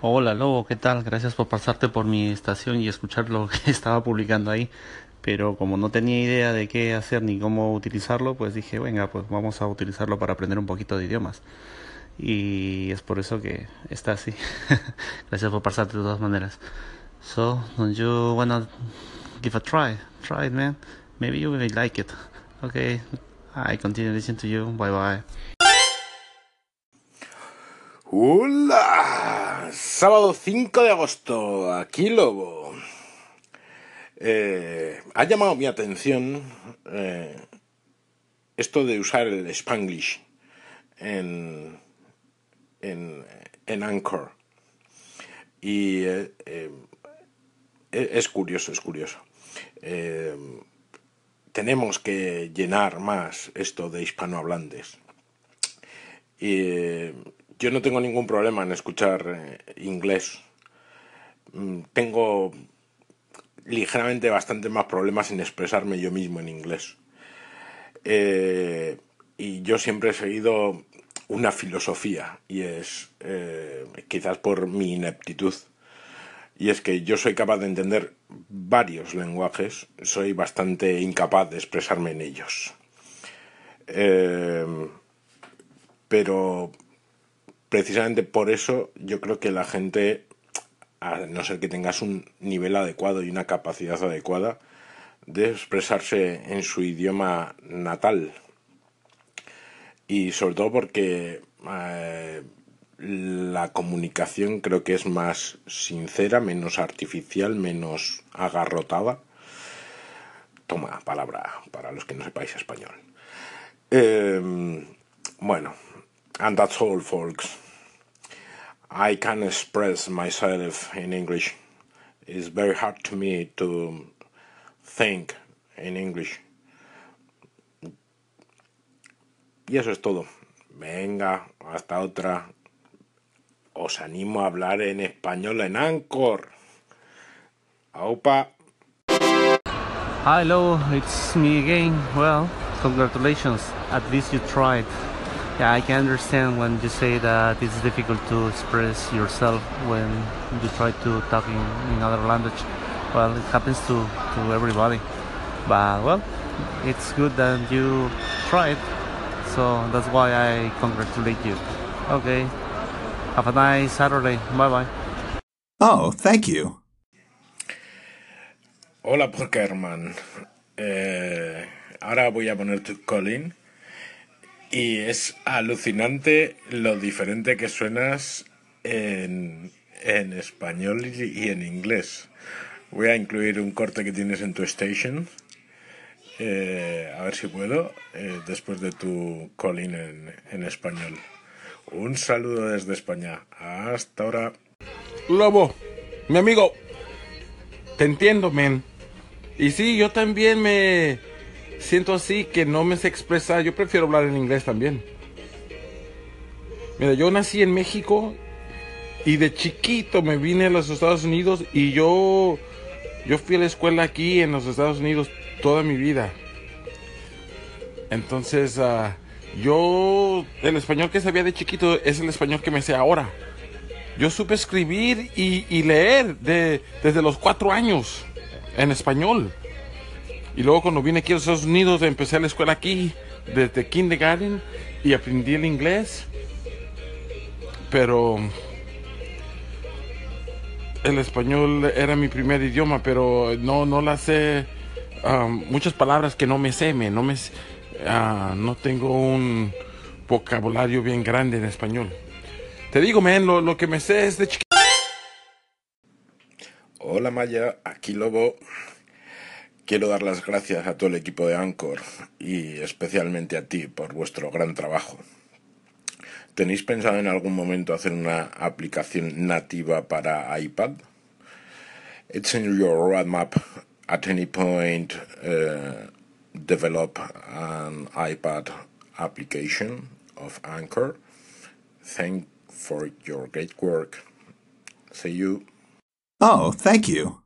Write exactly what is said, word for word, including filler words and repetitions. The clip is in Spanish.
Hola Lobo, ¿qué tal? Gracias por pasarte por mi estación y escuchar lo que estaba publicando ahí. Pero como no tenía idea de qué hacer ni cómo utilizarlo, pues dije, venga, pues vamos a utilizarlo para aprender un poquito de idiomas. Y es por eso que está así. Gracias por pasarte de todas maneras. So, don't you wanna give a try? Try it, man. Maybe you will like it. Okay, I continue listening to you. Bye bye. ¡Hola! Sábado cinco de agosto, aquí Lobo. Eh, ha llamado mi atención eh, esto de usar el Spanglish en, en, en Anchor. Y eh, eh, es curioso, es curioso. Eh, tenemos que llenar más esto de hispanohablantes. Y eh, yo no tengo ningún problema en escuchar eh, inglés. Mm, Tengo ligeramente bastante más problemas en expresarme yo mismo en inglés. Eh, y yo siempre he seguido una filosofía, y es, eh, quizás por mi ineptitud, y es que yo soy capaz de entender varios lenguajes, soy bastante incapaz de expresarme en ellos. Eh, pero precisamente por eso yo creo que la gente, a no ser que tengas un nivel adecuado y una capacidad adecuada, de expresarse en su idioma natal. Y sobre todo porque eh, la comunicación creo que es más sincera, menos artificial, menos agarrotada. Toma palabra para los que no sepáis español. Eh, bueno, and that's all, folks. I can express myself in English. It's very hard to me to think in English. Y eso es todo. Venga, hasta otra. Os animo a hablar en español en Anchor. Aupa. Hi Lobo, it's me again. Well, congratulations. At least you tried. Yeah, I can understand when you say that it's difficult to express yourself when you try to talk in, in other language. Well, it happens to, to everybody. But well, it's good that you tried. So that's why I congratulate you. Okay, have a nice Saturday. Bye bye. Oh, thank you. Hola, Pokerman. Eh, ahora voy a poner tu Colin. Y es alucinante lo diferente que suenas en, en español y, y en inglés. Voy a incluir un corte que tienes en tu station. Eh, a ver si puedo. Eh, después de tu Colin en, en español. Un saludo desde España. Hasta ahora. Lobo, mi amigo, te entiendo, men. Y sí, yo también me siento así, que no me sé expresar. Yo prefiero hablar en inglés también. Mira, yo nací en México y de chiquito me vine a los Estados Unidos y yo, yo fui a la escuela aquí en los Estados Unidos toda mi vida. Entonces, uh, yo, el español que sabía de chiquito es el español que me sé ahora. Yo supe escribir y, y leer de, desde los cuatro años en español. Y luego cuando vine aquí a los Estados Unidos empecé la escuela aquí desde kindergarten y aprendí el inglés. Pero el español era mi primer idioma, pero no, no la sé. Um, muchas palabras que no me sé, me, no me, uh, no tengo un vocabulario bien grande en español. Te digo, man, lo, lo que me sé es de chiquito. Hola Maya, aquí Lobo. Quiero dar las gracias a todo el equipo de Anchor y especialmente a ti por vuestro gran trabajo. ¿Tenéis pensado en algún momento hacer una aplicación nativa para iPad? It's in your roadmap at any point uh, develop an iPad application of Anchor. Thank for your great work. See you. Oh, thank you.